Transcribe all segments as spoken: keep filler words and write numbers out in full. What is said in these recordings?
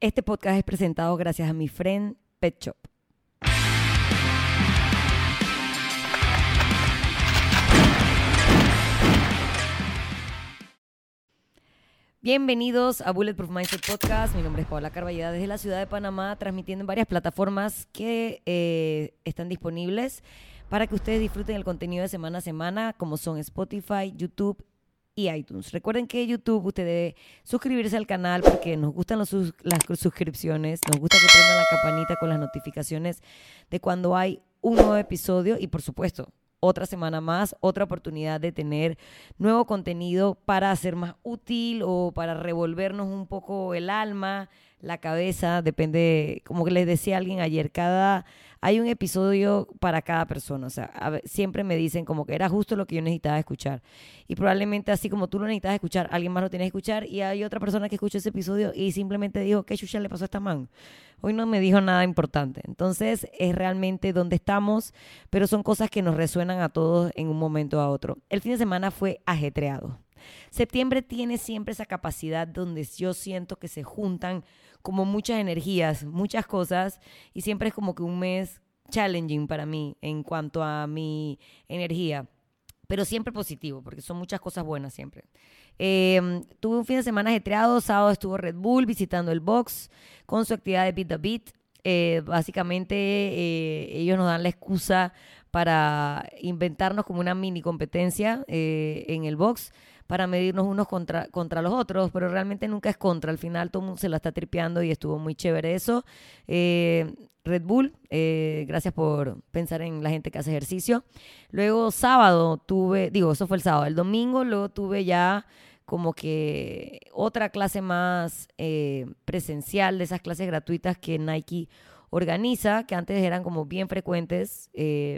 Este podcast es presentado gracias a mi friend Pet Shop. Bienvenidos a Bulletproof Mindset Podcast. Mi nombre es Paola Carballeda desde la ciudad de Panamá, transmitiendo en varias plataformas que eh, están disponibles para que ustedes disfruten el contenido de semana a semana, como son Spotify, YouTube y iTunes. Recuerden que YouTube usted debe suscribirse al canal porque nos gustan los sus, las suscripciones, nos gusta que prendan la campanita con las notificaciones de cuando hay un nuevo episodio y, por supuesto, otra semana más, otra oportunidad de tener nuevo contenido para hacer más útil o para revolvernos un poco el alma, la cabeza, depende, como que les decía alguien ayer, cada hay un episodio para cada persona, o sea, a ver, siempre me dicen como que era justo lo que yo necesitaba escuchar y probablemente así como tú lo necesitas escuchar, alguien más lo tiene que escuchar y hay otra persona que escuchó ese episodio y simplemente dijo, ¿qué chucha le pasó a esta man? Hoy no me dijo nada importante, entonces es realmente donde estamos, pero son cosas que nos resuenan a todos en un momento a otro. El fin de semana fue ajetreado. Septiembre tiene siempre esa capacidad donde yo siento que se juntan como muchas energías, muchas cosas, y siempre es como que un mes challenging para mí en cuanto a mi energía, pero siempre positivo, porque son muchas cosas buenas siempre. Eh, tuve un fin de semana ajetreado, sábado estuvo Red Bull visitando el box con su actividad de Beat the Beat. Eh, básicamente eh, ellos nos dan la excusa para inventarnos como una mini competencia eh, en el box para medirnos unos contra, contra los otros, pero realmente nunca es contra. Al final todo el mundo se la está tripeando y estuvo muy chévere eso. Eh, Red Bull, eh, gracias por pensar en la gente que hace ejercicio. Luego sábado tuve, digo, eso fue el sábado. El domingo luego tuve ya como que otra clase más eh, presencial, de esas clases gratuitas que Nike organiza, que antes eran como bien frecuentes eh,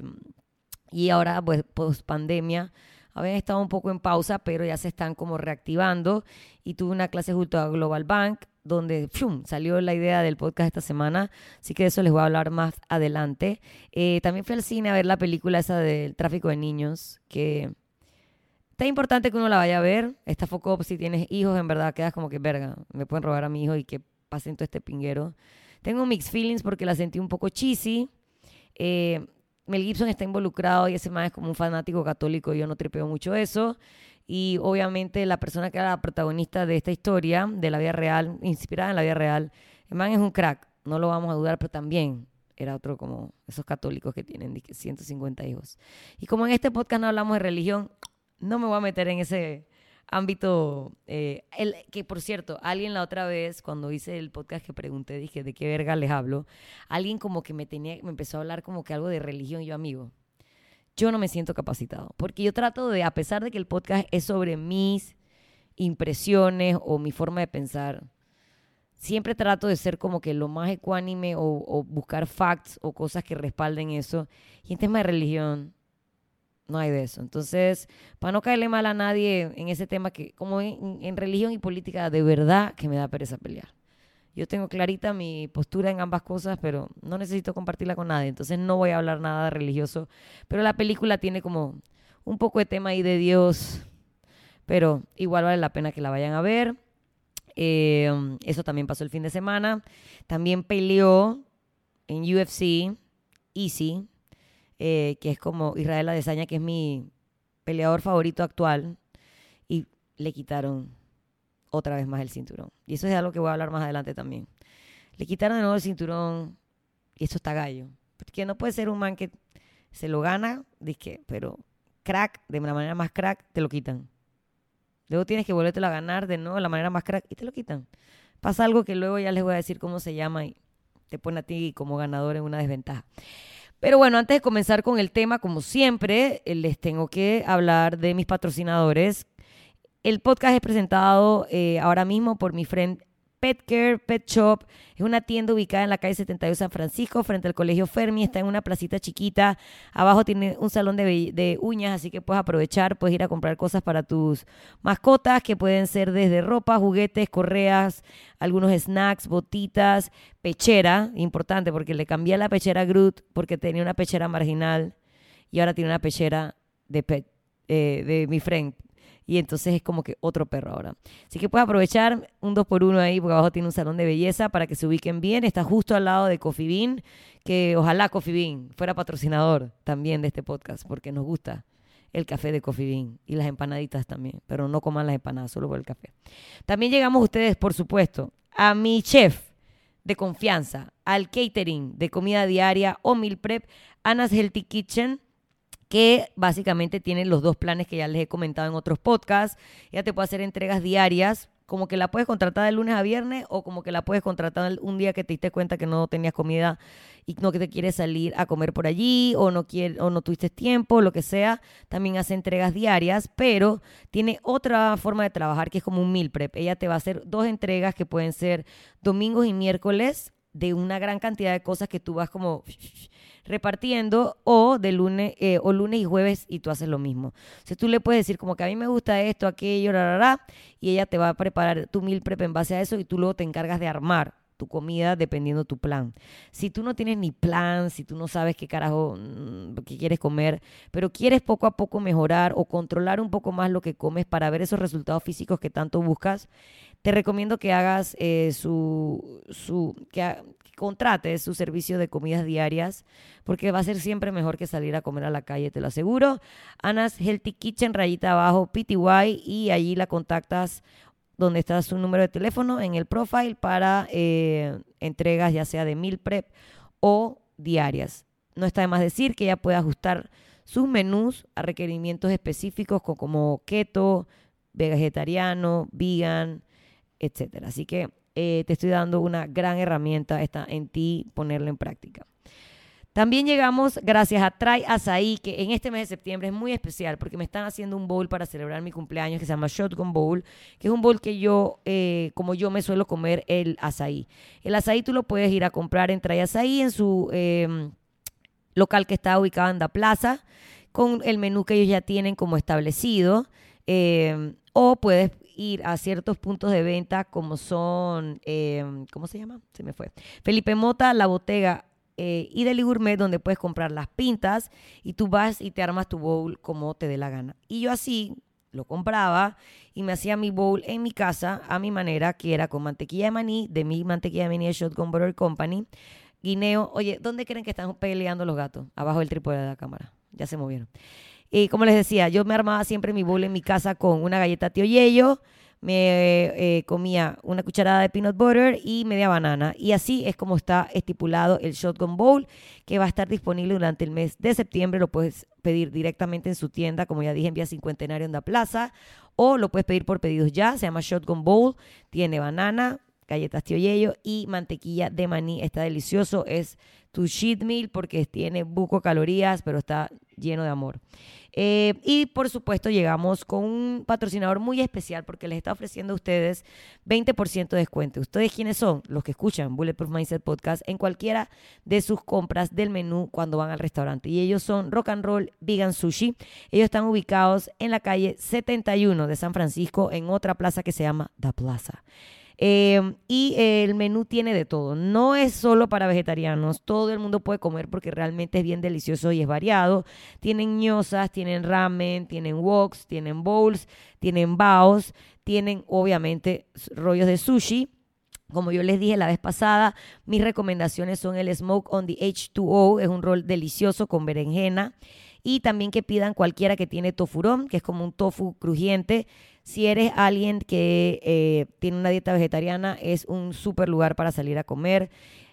y ahora pues post pandemia habían estado un poco en pausa, pero ya se están como reactivando. Y tuve una clase junto a Global Bank, donde ¡fum!, salió la idea del podcast esta semana. Así que de eso les voy a hablar más adelante. Eh, también fui al cine a ver la película esa del tráfico de niños, que está importante que uno la vaya a ver. Está foco, si tienes hijos, en verdad quedas como que, verga, me pueden robar a mi hijo y que pasen todo este pinguero. Tengo mixed feelings porque la sentí un poco cheesy. Eh... Mel Gibson está involucrado y ese man es como un fanático católico y yo no tripeo mucho eso. Y obviamente la persona que era la protagonista de esta historia, de la vida real, inspirada en la vida real, el man es un crack, no lo vamos a dudar, pero también era otro como esos católicos que tienen ciento cincuenta hijos. Y como en este podcast no hablamos de religión, no me voy a meter en ese ámbito. Eh, el, que por cierto, alguien la otra vez, cuando hice el podcast que pregunté, dije, ¿de qué verga les hablo? Alguien como que me tenía, me empezó a hablar como que algo de religión. Yo, amigo, yo no me siento capacitado, porque yo trato de, a pesar de que el podcast es sobre mis impresiones o mi forma de pensar, siempre trato de ser como que lo más ecuánime o, o buscar facts o cosas que respalden eso. Y en tema de religión, no hay de eso. Entonces, para no caerle mal a nadie en ese tema que, como en, en religión y política, de verdad que me da pereza pelear. Yo tengo clarita mi postura en ambas cosas, pero no necesito compartirla con nadie. Entonces no voy a hablar nada religioso. Pero la película tiene como un poco de tema ahí de Dios, pero igual vale la pena que la vayan a ver. Eh, eso también pasó el fin de semana. También peleó en U F C Easy, Eh, que es como Israel Adesanya, que es mi peleador favorito actual, y le quitaron otra vez más el cinturón. Y eso es algo que voy a hablar más adelante también. Le quitaron de nuevo el cinturón y eso está gallo. Porque no puede ser un man que se lo gana, dizque, pero crack, de la manera más crack, te lo quitan. Luego tienes que volvértelo a ganar de nuevo de la manera más crack y te lo quitan. Pasa algo que luego ya les voy a decir cómo se llama y te pone a ti como ganador en una desventaja. Pero bueno, antes de comenzar con el tema, como siempre, les tengo que hablar de mis patrocinadores. El podcast es presentado eh, ahora mismo por mi friend Petcare Pet Shop. Es una tienda ubicada en la calle setenta y dos San Francisco, frente al Colegio Fermi. Está en una placita chiquita. Abajo tiene un salón de, de uñas, así que puedes aprovechar. Puedes ir a comprar cosas para tus mascotas, que pueden ser desde ropa, juguetes, correas, algunos snacks, botitas, pechera. Importante, porque le cambié la pechera a Groot porque tenía una pechera marginal y ahora tiene una pechera de, pet, eh, de mi friend. Y entonces es como que otro perro ahora. Así que puedes aprovechar un dos por uno ahí, porque abajo tiene un salón de belleza para que se ubiquen bien. Está justo al lado de Coffee Bean, que ojalá Coffee Bean fuera patrocinador también de este podcast, porque nos gusta el café de Coffee Bean y las empanaditas también, pero no coman las empanadas, solo por el café. También llegamos ustedes, por supuesto, a mi chef de confianza, al catering de comida diaria o meal prep, Anna's Healthy Kitchen, que básicamente tiene los dos planes que ya les he comentado en otros podcasts. Ella te puede hacer entregas diarias, como que la puedes contratar de lunes a viernes o como que la puedes contratar un día que te diste cuenta que no tenías comida y no que te quieres salir a comer por allí o no, quiere, o no tuviste tiempo, lo que sea. También hace entregas diarias, pero tiene otra forma de trabajar que es como un meal prep. Ella te va a hacer dos entregas que pueden ser domingos y miércoles de una gran cantidad de cosas que tú vas como repartiendo, o de lunes eh, o lunes y jueves y tú haces lo mismo. Entonces tú le puedes decir como que a mí me gusta esto, aquello, rarara, y ella te va a preparar tu meal prep en base a eso y tú luego te encargas de armar tu comida dependiendo de tu plan. Si tú no tienes ni plan, si tú no sabes qué carajo mmm, qué quieres comer, pero quieres poco a poco mejorar o controlar un poco más lo que comes para ver esos resultados físicos que tanto buscas, te recomiendo que hagas eh, su, su que, ha, que contrates su servicio de comidas diarias, porque va a ser siempre mejor que salir a comer a la calle, te lo aseguro. Anna's Healthy Kitchen, rayita abajo, P T Y, y allí la contactas donde está su número de teléfono en el profile para eh, entregas ya sea de meal prep o diarias. No está de más decir que ella puede ajustar sus menús a requerimientos específicos como keto, vegetariano, vegan, etcétera. Así que eh, te estoy dando una gran herramienta, está en ti ponerla en práctica. También llegamos gracias a Try Azaí, que en este mes de septiembre es muy especial porque me están haciendo un bowl para celebrar mi cumpleaños que se llama Shotgun Bowl, que es un bowl que yo, eh, como yo me suelo comer el azaí. El azaí tú lo puedes ir a comprar en Try Azaí en su eh, local que está ubicado en Da Plaza, con el menú que ellos ya tienen como establecido, eh, o puedes ir a ciertos puntos de venta como son, eh, ¿cómo se llama? Se me fue. Felipe Mota, La Bottega, Eh, y Deli Gourmet, donde puedes comprar las pintas y tú vas y te armas tu bowl como te dé la gana. Y yo así lo compraba y me hacía mi bowl en mi casa a mi manera, que era con mantequilla de maní, de mi mantequilla de maní de Shotgun Butter Company, guineo. Oye, ¿dónde creen que están peleando los gatos? Abajo del trípode de la cámara. Ya se movieron. Y como les decía, yo me armaba siempre mi bowl en mi casa con una galleta Tío Yello, me eh, comía una cucharada de peanut butter y media banana. Y así es como está estipulado el Shotgun Bowl, que va a estar disponible durante el mes de septiembre. Lo puedes pedir directamente en su tienda, como ya dije, en Vía Cincuentenario en Da Plaza, o lo puedes pedir por pedidos ya. Se llama Shotgun Bowl, tiene banana, galletas Tío Yello y mantequilla de maní. Está delicioso, es tu cheat meal porque tiene buco calorías, pero está lleno de amor. Eh, y por supuesto llegamos con un patrocinador muy especial porque les está ofreciendo a ustedes veinte por ciento de descuento. ¿Ustedes quiénes son? Los que escuchan Bulletproof Mindset Podcast en cualquiera de sus compras del menú cuando van al restaurante. Y ellos son Rock and Roll Vegan Sushi. Ellos están ubicados en la calle setenta y uno de San Francisco, en otra plaza que se llama Da Plaza. Eh, y eh, el menú tiene de todo, no es solo para vegetarianos, todo el mundo puede comer porque realmente es bien delicioso y es variado. Tienen ñozas, tienen ramen, tienen woks, tienen bowls, tienen baos, tienen obviamente rollos de sushi. Como yo les dije la vez pasada, mis recomendaciones son el Smoke on the H dos O, es un rol delicioso con berenjena, y también que pidan cualquiera que tiene tofurón, que es como un tofu crujiente. Si eres alguien que eh, tiene una dieta vegetariana, es un súper lugar para salir a comer.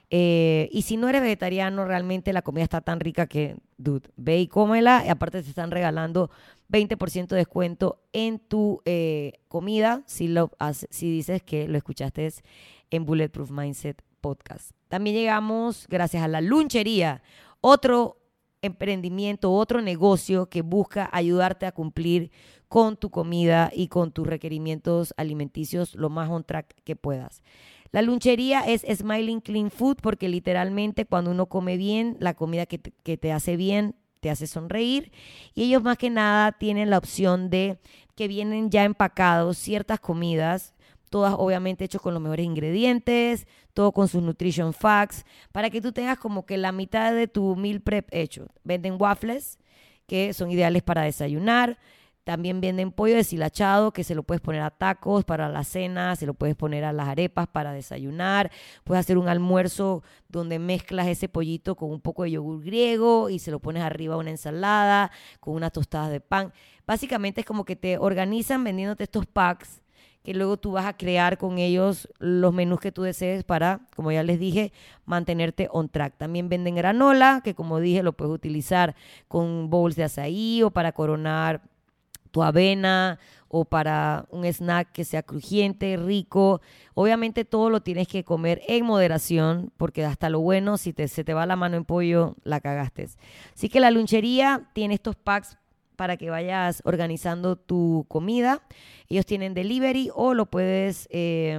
Eh, y si no eres vegetariano, realmente la comida está tan rica que, dude, ve y cómela. Y aparte te están regalando veinte por ciento de descuento en tu eh, comida si, lo, si dices que lo escuchaste en Bulletproof Mindset Podcast. También llegamos gracias a La Lunchería, otro emprendimiento, otro negocio que busca ayudarte a cumplir con tu comida y con tus requerimientos alimenticios lo más on track que puedas. La Lunchería es Smiling Clean Food porque literalmente cuando uno come bien, la comida que te, que te hace bien te hace sonreír, y ellos más que nada tienen la opción de que vienen ya empacados ciertas comidas, todas obviamente hechas con los mejores ingredientes, todo con sus nutrition facts, para que tú tengas como que la mitad de tu meal prep hecho. Venden waffles que son ideales para desayunar, También venden pollo deshilachado que se lo puedes poner a tacos para la cena, se lo puedes poner a las arepas para desayunar. Puedes hacer un almuerzo donde mezclas ese pollito con un poco de yogur griego y se lo pones arriba a una ensalada con unas tostadas de pan. Básicamente es como que te organizan vendiéndote estos packs que luego tú vas a crear con ellos los menús que tú desees para, como ya les dije, mantenerte on track. También venden granola, que como dije lo puedes utilizar con bowls de azaí o para coronar tu avena o para un snack que sea crujiente, rico. Obviamente todo lo tienes que comer en moderación porque hasta lo bueno, si te, se te va la mano en pollo, la cagaste. Así que la lunchería tiene estos packs para que vayas organizando tu comida. Ellos tienen delivery o lo puedes, eh,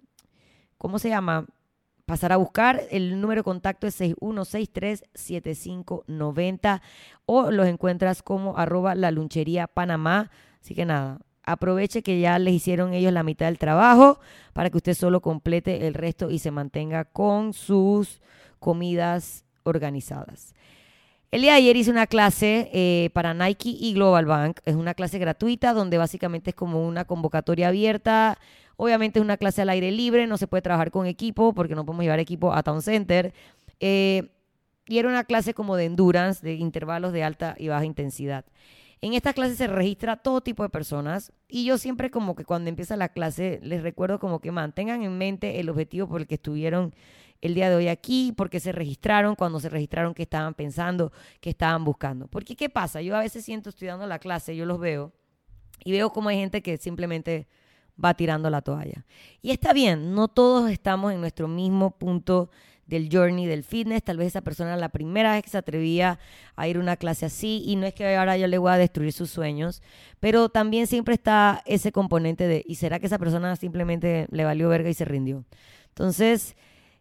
¿cómo se llama? Pasar a buscar. El número de contacto es seis uno seis tres siete cinco nueve cero o los encuentras como arroba la lunchería Panamá. Así que nada, aproveche que ya les hicieron ellos la mitad del trabajo para que usted solo complete el resto y se mantenga con sus comidas organizadas. El día de ayer hice una clase eh, para Nike y Global Bank. Es una clase gratuita donde básicamente es como una convocatoria abierta. Obviamente es una clase al aire libre, no se puede trabajar con equipo porque no podemos llevar equipo a Town Center. Eh, y era una clase como de endurance, de intervalos de alta y baja intensidad. En esta clase se registra todo tipo de personas y yo siempre como que cuando empieza la clase les recuerdo como que mantengan en mente el objetivo por el que estuvieron el día de hoy aquí, por qué se registraron, cuando se registraron, qué estaban pensando, qué estaban buscando. Porque ¿qué pasa? Yo a veces siento estudiando la clase, yo los veo y veo como hay gente que simplemente va tirando la toalla. Y está bien, no todos estamos en nuestro mismo punto del journey del fitness. Tal vez esa persona era la primera vez que se atrevía a ir a una clase así y no es que ahora yo le voy a destruir sus sueños, pero también siempre está ese componente de ¿y será que esa persona simplemente le valió verga y se rindió? Entonces,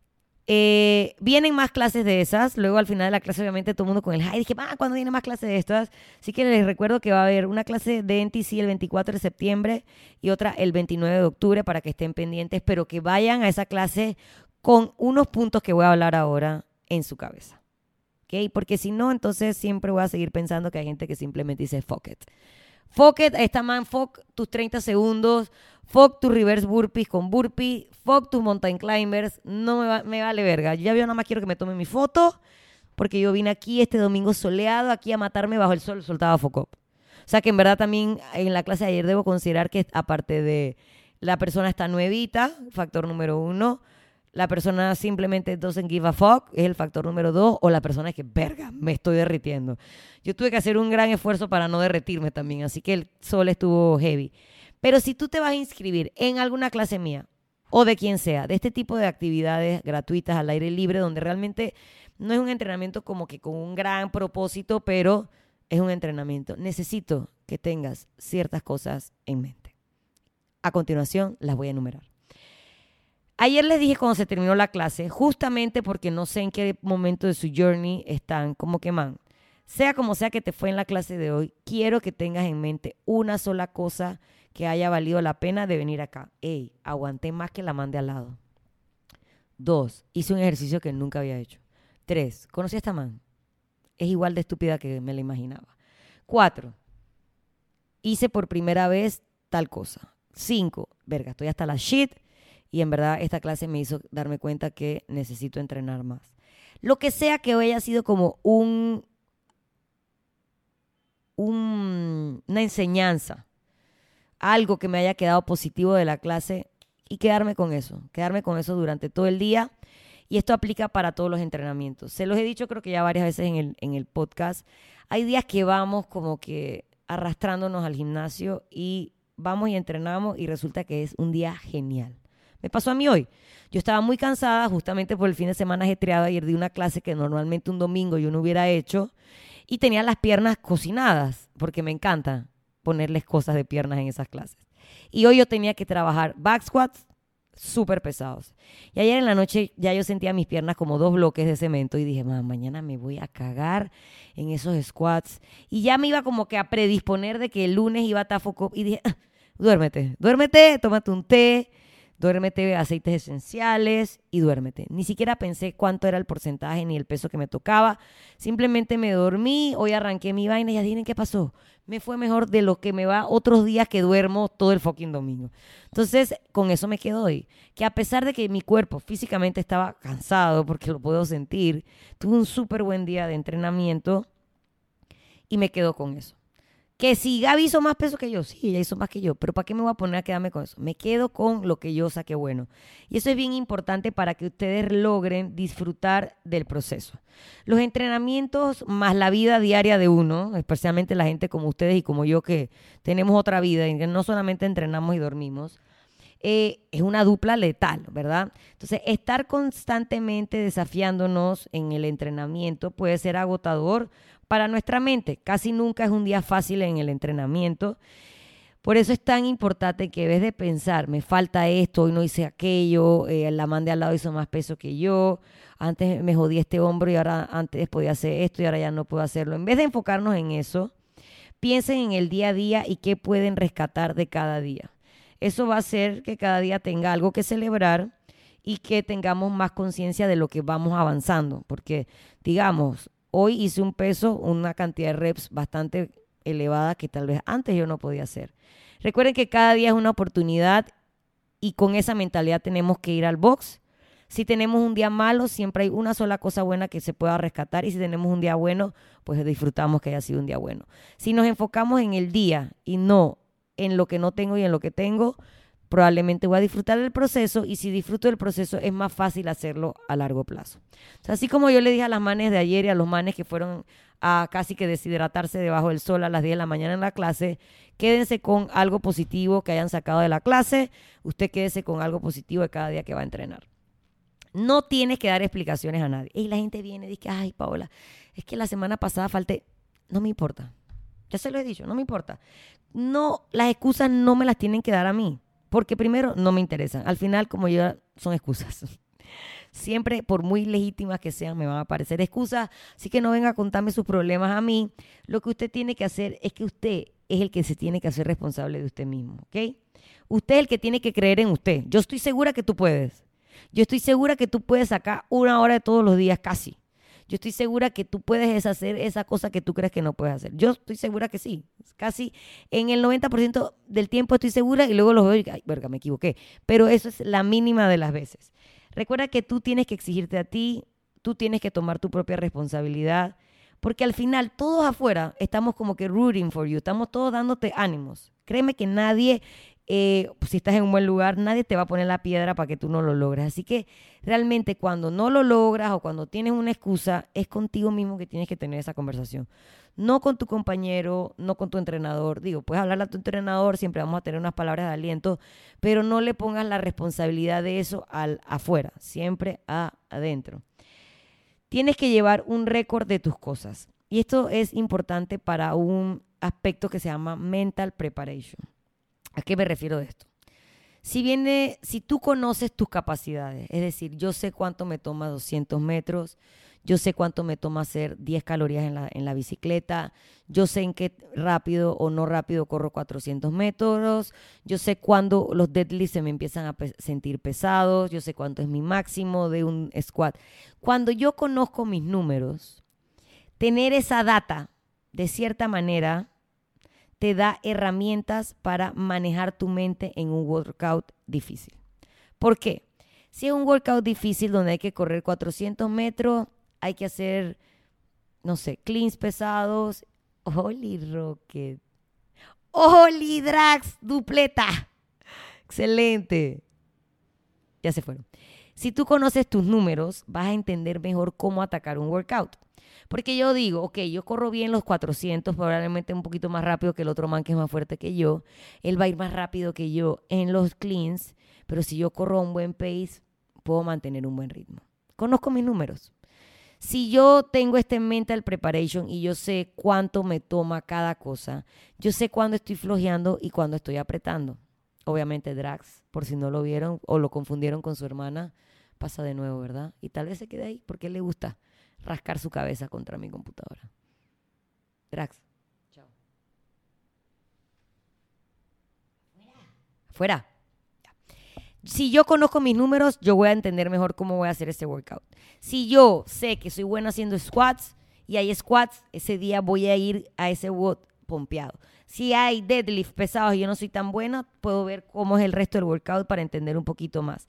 eh, vienen más clases de esas. Luego al final de la clase obviamente todo el mundo con el high dije, ah, ¿cuándo viene más clases de estas? Así que les recuerdo que va a haber una clase de N T C el veinticuatro de septiembre y otra el veintinueve de octubre para que estén pendientes, pero que vayan a esa clase con unos puntos que voy a hablar ahora en su cabeza, ¿ok? Porque si no, entonces siempre voy a seguir pensando que hay gente que simplemente dice fuck it. Fuck it, esta man, fuck tus treinta segundos, fuck tus reverse burpees con burpee, fuck tus mountain climbers, no me, va, me vale verga. Yo ya yo nada más quiero que me tomen mi foto porque yo vine aquí este domingo soleado, aquí a matarme bajo el sol, soltaba foco. O sea que en verdad también en la clase de ayer debo considerar que aparte de la persona está nuevita, factor número uno, la persona simplemente doesn't give a fuck, es el factor número dos, o la persona es que, verga, me estoy derritiendo. Yo tuve que hacer un gran esfuerzo para no derretirme también, así que el sol estuvo heavy. Pero si tú te vas a inscribir en alguna clase mía, o de quien sea, de este tipo de actividades gratuitas al aire libre, donde realmente no es un entrenamiento como que con un gran propósito, pero es un entrenamiento, necesito que tengas ciertas cosas en mente. A continuación, las voy a enumerar. Ayer les dije cuando se terminó la clase, justamente porque no sé en qué momento de su journey están, como que man, sea como sea que te fue en la clase de hoy, quiero que tengas en mente una sola cosa que haya valido la pena de venir acá. Ey, aguanté más que la man de al lado. Dos, hice un ejercicio que nunca había hecho. Tres, conocí a esta man. Es igual de estúpida que me la imaginaba. Cuatro, hice por primera vez tal cosa. Cinco, verga, estoy hasta la shit. Y en verdad esta clase me hizo darme cuenta que necesito entrenar más. Lo que sea que haya sido como un, un, una enseñanza, algo que me haya quedado positivo de la clase y quedarme con eso, quedarme con eso durante todo el día. Y esto aplica para todos los entrenamientos. Se los he dicho creo que ya varias veces en el, en el podcast. Hay días que vamos como que arrastrándonos al gimnasio y vamos y entrenamos y resulta que es un día genial. Me pasó a mí hoy. Yo estaba muy cansada justamente por el fin de semana ajetreado. Ayer di una clase que normalmente un domingo yo no hubiera hecho y tenía las piernas cocinadas porque me encanta ponerles cosas de piernas en esas clases. Y hoy yo tenía que trabajar back squats súper pesados. Y ayer en la noche ya yo sentía mis piernas como dos bloques de cemento y dije, mañana me voy a cagar en esos squats. Y ya me iba como que a predisponer de que el lunes iba a estar foco y dije, ah, duérmete, duérmete, tómate un té, duérmete aceites esenciales y duérmete. Ni siquiera pensé cuánto era el porcentaje ni el peso que me tocaba. Simplemente me dormí, hoy arranqué mi vaina y ya adivinen qué pasó. Me fue mejor de lo que me va otros días que duermo todo el fucking domingo. Entonces, con eso me quedo hoy. Que a pesar de que mi cuerpo físicamente estaba cansado, porque lo puedo sentir, tuve un súper buen día de entrenamiento y me quedo con eso. Que si Gaby hizo más peso que yo, sí, ella hizo más que yo, pero ¿para qué me voy a poner a quedarme con eso? Me quedo con lo que yo saqué bueno. Y eso es bien importante para que ustedes logren disfrutar del proceso. Los entrenamientos más la vida diaria de uno, especialmente la gente como ustedes y como yo que tenemos otra vida y que no solamente entrenamos y dormimos, eh, es una dupla letal, ¿verdad? Entonces, estar constantemente desafiándonos en el entrenamiento puede ser agotador para nuestra mente. Casi nunca es un día fácil en el entrenamiento. Por eso es tan importante que en vez de pensar, me falta esto, hoy no hice aquello, eh, la man de al lado hizo más peso que yo, antes me jodí este hombro y ahora antes podía hacer esto y ahora ya no puedo hacerlo. En vez de enfocarnos en eso, piensen en el día a día y qué pueden rescatar de cada día. Eso va a hacer que cada día tenga algo que celebrar y que tengamos más conciencia de lo que vamos avanzando. Porque, digamos, hoy hice un peso, una cantidad de reps bastante elevada que tal vez antes yo no podía hacer. Recuerden que cada día es una oportunidad y con esa mentalidad tenemos que ir al box. Si tenemos un día malo, siempre hay una sola cosa buena que se pueda rescatar y si tenemos un día bueno, pues disfrutamos que haya sido un día bueno. Si nos enfocamos en el día y no en lo que no tengo y en lo que tengo, probablemente voy a disfrutar del proceso y si disfruto del proceso es más fácil hacerlo a largo plazo. O sea, así como yo le dije a las manes de ayer y a los manes que fueron a casi que deshidratarse debajo del sol a las diez de la mañana en la clase, quédense con algo positivo que hayan sacado de la clase, usted quédese con algo positivo de cada día que va a entrenar. No tienes que dar explicaciones a nadie. Y la gente viene y dice, ay, Paola, es que la semana pasada falté. No me importa. Ya se lo he dicho, no me importa. No, las excusas no me las tienen que dar a mí. Porque primero, no me interesan. Al final, como yo, son excusas. Siempre, por muy legítimas que sean, me van a parecer excusas. Así que no venga a contarme sus problemas a mí. Lo que usted tiene que hacer es que usted es el que se tiene que hacer responsable de usted mismo, ¿ok? Usted es el que tiene que creer en usted. Yo estoy segura que tú puedes. Yo estoy segura que tú puedes sacar una hora de todos los días casi. Yo estoy segura que tú puedes deshacer esa cosa que tú crees que no puedes hacer. Yo estoy segura que sí. Casi en el noventa por ciento del tiempo estoy segura y luego los veo y ay, verga, me equivoqué. Pero eso es la mínima de las veces. Recuerda que tú tienes que exigirte a ti, tú tienes que tomar tu propia responsabilidad, porque al final todos afuera estamos como que rooting for you, estamos todos dándote ánimos. Créeme que nadie, eh, si estás en un buen lugar, nadie te va a poner la piedra para que tú no lo logres. Así que realmente cuando no lo logras o cuando tienes una excusa, es contigo mismo que tienes que tener esa conversación. No con tu compañero, no con tu entrenador. Digo, puedes hablarle a tu entrenador, siempre vamos a tener unas palabras de aliento, pero no le pongas la responsabilidad de eso al afuera, siempre a adentro. Tienes que llevar un récord de tus cosas. Y esto es importante para un aspecto que se llama mental preparation. ¿A qué me refiero de esto? Si viene, si tú conoces tus capacidades, es decir, yo sé cuánto me toma doscientos metros, yo sé cuánto me toma hacer diez calorías en la, en la bicicleta, yo sé en qué rápido o no rápido corro cuatrocientos metros, yo sé cuándo los deadlifts se me empiezan a pe- sentir pesados, yo sé cuánto es mi máximo de un squat. Cuando yo conozco mis números, tener esa data, de cierta manera, te da herramientas para manejar tu mente en un workout difícil. ¿Por qué? Si es un workout difícil donde hay que correr cuatrocientos metros, hay que hacer, no sé, cleans pesados. Holy Rocket. Holy Drax dupleta. Excelente. Ya se fueron. Si tú conoces tus números, vas a entender mejor cómo atacar un workout. Porque yo digo, ok, yo corro bien los cuatrocientos, probablemente un poquito más rápido que el otro man que es más fuerte que yo. Él va a ir más rápido que yo en los cleans, pero si yo corro a un buen pace, puedo mantener un buen ritmo. Conozco mis números. Si yo tengo este mental preparation y yo sé cuánto me toma cada cosa, yo sé cuándo estoy flojeando y cuándo estoy apretando. Obviamente Drax, por si no lo vieron o lo confundieron con su hermana, pasa de nuevo, ¿verdad? Y tal vez se quede ahí porque le gusta rascar su cabeza contra mi computadora. Drax. Chao. Fuera. Ya. Si yo conozco mis números, yo voy a entender mejor cómo voy a hacer ese workout. Si yo sé que soy buena haciendo squats y hay squats, ese día voy a ir a ese WOD pompeado. Si hay deadlift pesados y yo no soy tan buena, puedo ver cómo es el resto del workout para entender un poquito más.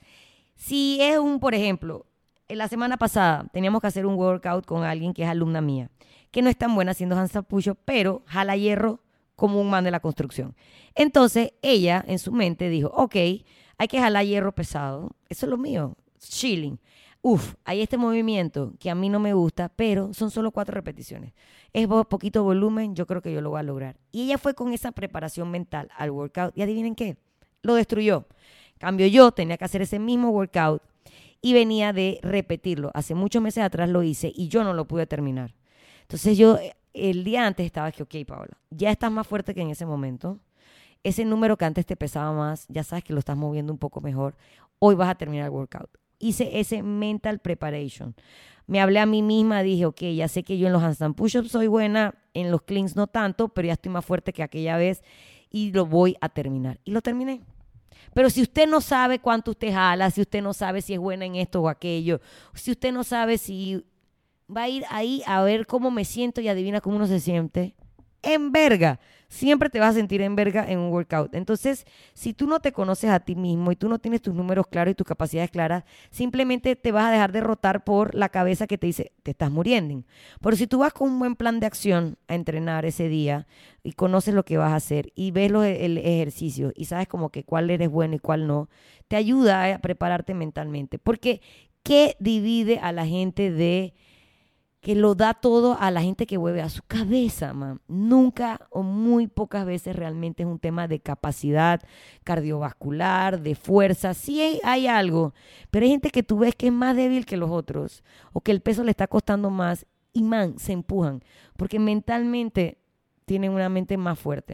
Si es un, por ejemplo, en la semana pasada teníamos que hacer un workout con alguien que es alumna mía, que no es tan buena haciendo handstand push-up, pero jala hierro como un man de la construcción. Entonces, ella en su mente dijo, ok, hay que jalar hierro pesado. Eso es lo mío. Chilling. Uf, hay este movimiento que a mí no me gusta, pero son solo cuatro repeticiones. Es poquito volumen, yo creo que yo lo voy a lograr. Y ella fue con esa preparación mental al workout. Y adivinen qué, lo destruyó. Cambio yo, tenía que hacer ese mismo workout y venía de repetirlo. Hace muchos meses atrás lo hice y yo no lo pude terminar. Entonces yo, el día antes estaba que, ok, Paola, ya estás más fuerte que en ese momento. Ese número que antes te pesaba más, ya sabes que lo estás moviendo un poco mejor. Hoy vas a terminar el workout. Hice ese mental preparation. Me hablé a mí misma, dije, ok, ya sé que yo en los handstand push-ups soy buena, en los cleans no tanto, pero ya estoy más fuerte que aquella vez y lo voy a terminar. Y lo terminé. Pero si usted no sabe cuánto usted jala, si usted no sabe si es buena en esto o aquello, si usted no sabe si va a ir ahí a ver cómo me siento y adivina cómo uno se siente, en verga. Siempre te vas a sentir en verga en un workout. Entonces, si tú no te conoces a ti mismo y tú no tienes tus números claros y tus capacidades claras, simplemente te vas a dejar derrotar por la cabeza que te dice, te estás muriendo. Pero si tú vas con un buen plan de acción a entrenar ese día y conoces lo que vas a hacer y ves los, el ejercicio y sabes como que cuál eres bueno y cuál no, te ayuda a prepararte mentalmente. Porque, ¿qué divide a la gente de que lo da todo a la gente que mueve a su cabeza, man? Nunca o muy pocas veces realmente es un tema de capacidad cardiovascular, de fuerza. Sí hay, hay algo, pero hay gente que tú ves que es más débil que los otros o que el peso le está costando más y, man, se empujan porque mentalmente tienen una mente más fuerte.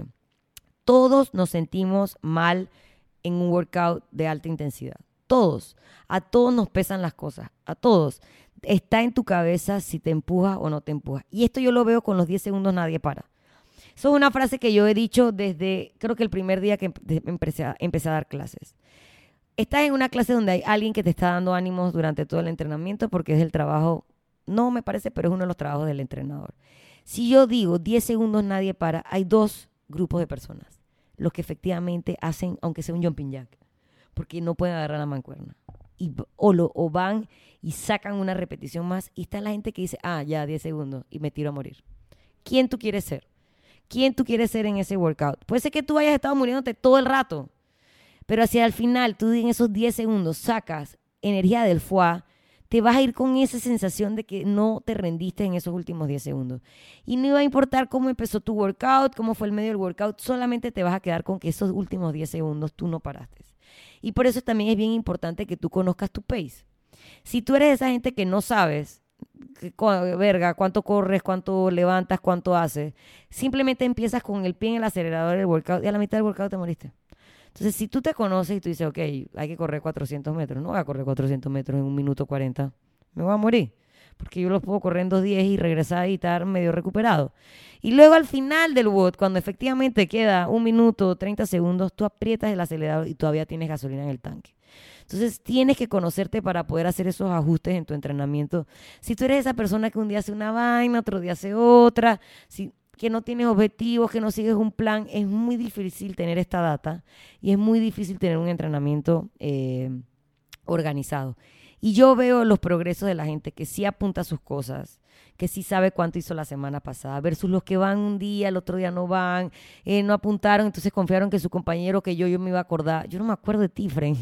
Todos nos sentimos mal en un workout de alta intensidad. Todos. A todos nos pesan las cosas. A todos. Está en tu cabeza si te empujas o no te empujas. Y esto yo lo veo con los diez segundos nadie para. Eso es una frase que yo he dicho desde, creo que el primer día que empecé a, empecé a dar clases. Estás en una clase donde hay alguien que te está dando ánimos durante todo el entrenamiento porque es el trabajo, no me parece, pero es uno de los trabajos del entrenador. Si yo digo diez segundos nadie para, hay dos grupos de personas. Los que efectivamente hacen, aunque sea un jumping jack, porque no pueden agarrar la mancuerna. Y, o, lo, o van y sacan una repetición más y está la gente que dice, ah, ya, diez segundos y me tiro a morir. ¿Quién tú quieres ser? ¿Quién tú quieres ser en ese workout? Puede ser que tú hayas estado muriéndote todo el rato, pero hacia el final tú en esos diez segundos sacas energía del foie, te vas a ir con esa sensación de que no te rendiste en esos últimos diez segundos. Y no iba a importar cómo empezó tu workout, cómo fue el medio del workout, solamente te vas a quedar con que esos últimos diez segundos tú no paraste. Y por eso también es bien importante que tú conozcas tu pace. Si tú eres esa gente que no sabes, que, verga, cuánto corres, cuánto levantas, cuánto haces, simplemente empiezas con el pie en el acelerador del workout y a la mitad del workout te moriste. Entonces, si tú te conoces y tú dices, ok, hay que correr cuatrocientos metros, no voy a correr cuatrocientos metros en un minuto cuarenta, me voy a morir. Porque yo los puedo correr en dos diez y regresar y estar medio recuperado. Y luego al final del W O D, cuando efectivamente queda un minuto, treinta segundos, tú aprietas el acelerador y todavía tienes gasolina en el tanque. Entonces tienes que conocerte para poder hacer esos ajustes en tu entrenamiento. Si tú eres esa persona que un día hace una vaina, otro día hace otra, si, que no tienes objetivos, que no sigues un plan, es muy difícil tener esta data y es muy difícil tener un entrenamiento eh, organizado. Y yo veo los progresos de la gente que sí apunta sus cosas, que sí sabe cuánto hizo la semana pasada, versus los que van un día, el otro día no van, eh, no apuntaron, entonces confiaron que su compañero, que yo, yo me iba a acordar. Yo no me acuerdo de ti, Fren.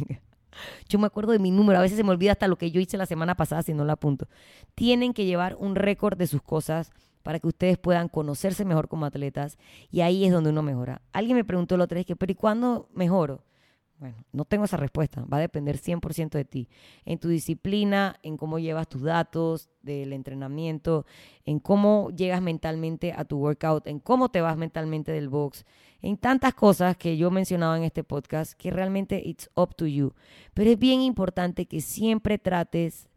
Yo me acuerdo de mi número. A veces se me olvida hasta lo que yo hice la semana pasada si no lo apunto. Tienen que llevar un récord de sus cosas para que ustedes puedan conocerse mejor como atletas y ahí es donde uno mejora. Alguien me preguntó la otra vez, que, ¿pero y cuándo mejoro? Bueno, no tengo esa respuesta. Va a depender cien por ciento de ti. En tu disciplina, en cómo llevas tus datos del entrenamiento, en cómo llegas mentalmente a tu workout, en cómo te vas mentalmente del box, en tantas cosas que yo mencionaba en este podcast que realmente it's up to you. Pero es bien importante que siempre trates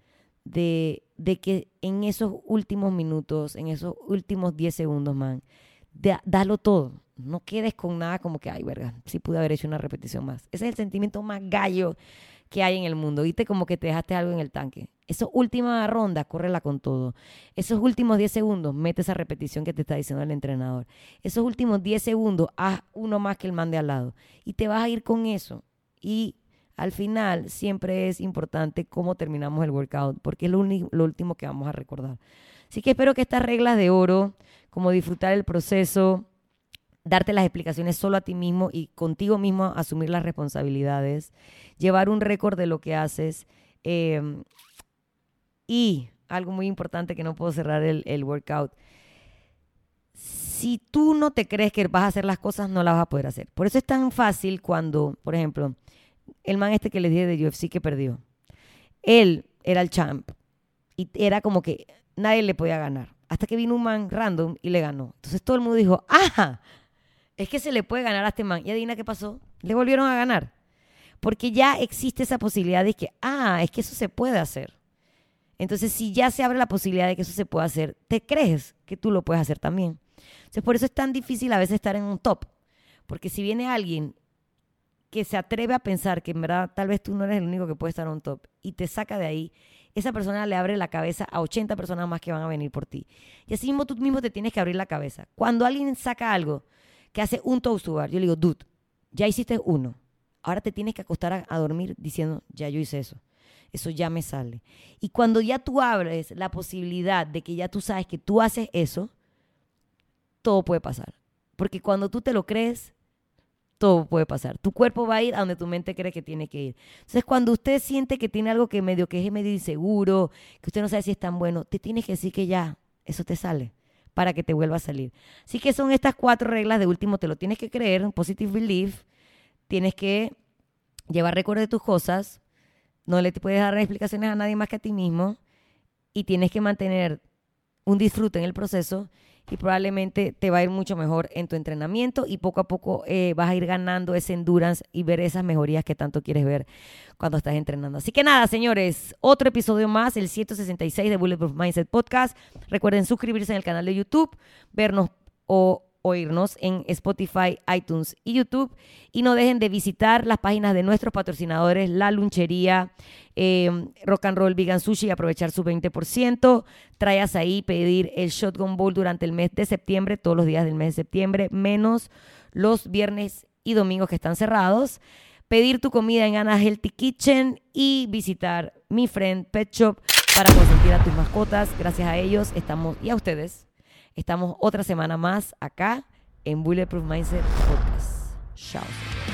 de, de que en esos últimos minutos, en esos últimos diez segundos, man, de, dalo todo. No quedes con nada como que, ay, verga, sí pude haber hecho una repetición más. Ese es el sentimiento más gallo que hay en el mundo. Viste como que te dejaste algo en el tanque. Esa última ronda, córrela con todo. Esos últimos diez segundos, mete esa repetición que te está diciendo el entrenador. Esos últimos diez segundos, haz uno más que el man de al lado. Y te vas a ir con eso. Y al final, siempre es importante cómo terminamos el workout, porque es lo, uni- lo último que vamos a recordar. Así que espero que estas reglas de oro, como disfrutar el proceso, darte las explicaciones solo a ti mismo y contigo mismo asumir las responsabilidades, llevar un récord de lo que haces, eh, y algo muy importante que no puedo cerrar el, el workout. Si tú no te crees que vas a hacer las cosas, no las vas a poder hacer. Por eso es tan fácil cuando, por ejemplo, el man este que les dije de U F C que perdió, él era el champ y era como que nadie le podía ganar. Hasta que vino un man random y le ganó. Entonces todo el mundo dijo, ¡ah! Es que se le puede ganar a este man. Y adivina qué pasó. Le volvieron a ganar. Porque ya existe esa posibilidad de que, ah, es que eso se puede hacer. Entonces, si ya se abre la posibilidad de que eso se pueda hacer, te crees que tú lo puedes hacer también. Entonces, por eso es tan difícil a veces estar en un top. Porque si viene alguien que se atreve a pensar que en verdad tal vez tú no eres el único que puede estar en un top y te saca de ahí, esa persona le abre la cabeza a ochenta personas más que van a venir por ti. Y así mismo tú mismo te tienes que abrir la cabeza. Cuando alguien saca algo que hace un toast to bar, yo le digo, dude, ya hiciste uno. Ahora te tienes que acostar a, a dormir diciendo, ya yo hice eso. Eso ya me sale. Y cuando ya tú abres la posibilidad de que ya tú sabes que tú haces eso, todo puede pasar. Porque cuando tú te lo crees, todo puede pasar. Tu cuerpo va a ir a donde tu mente cree que tiene que ir. Entonces, cuando usted siente que tiene algo que medio que es medio inseguro, que usted no sabe si es tan bueno, te tienes que decir que ya, eso te sale, para que te vuelva a salir. Así que son estas cuatro reglas. De último, te lo tienes que creer, un positive belief. Tienes que llevar récord de tus cosas. No le puedes dar explicaciones a nadie más que a ti mismo. Y tienes que mantener un disfrute en el proceso y probablemente te va a ir mucho mejor en tu entrenamiento y poco a poco eh, vas a ir ganando ese endurance y ver esas mejorías que tanto quieres ver cuando estás entrenando. Así que nada, señores, otro episodio más, el ciento sesenta y seis de Bulletproof Mindset Podcast. Recuerden suscribirse en el canal de YouTube, vernos o oírnos en Spotify, iTunes y YouTube. Y no dejen de visitar las páginas de nuestros patrocinadores, La Lunchería, eh, Rock and Roll Vegan Sushi, y aprovechar su veinte por ciento. Traes ahí pedir el Shotgun Bowl durante el mes de septiembre, todos los días del mes de septiembre, menos los viernes y domingos que están cerrados. Pedir tu comida en Anna Healthy Kitchen y visitar Mi Friend Pet Shop para consentir a tus mascotas. Gracias a ellos estamos, y a ustedes, estamos otra semana más acá en Bulletproof Mindset Podcast. Chao.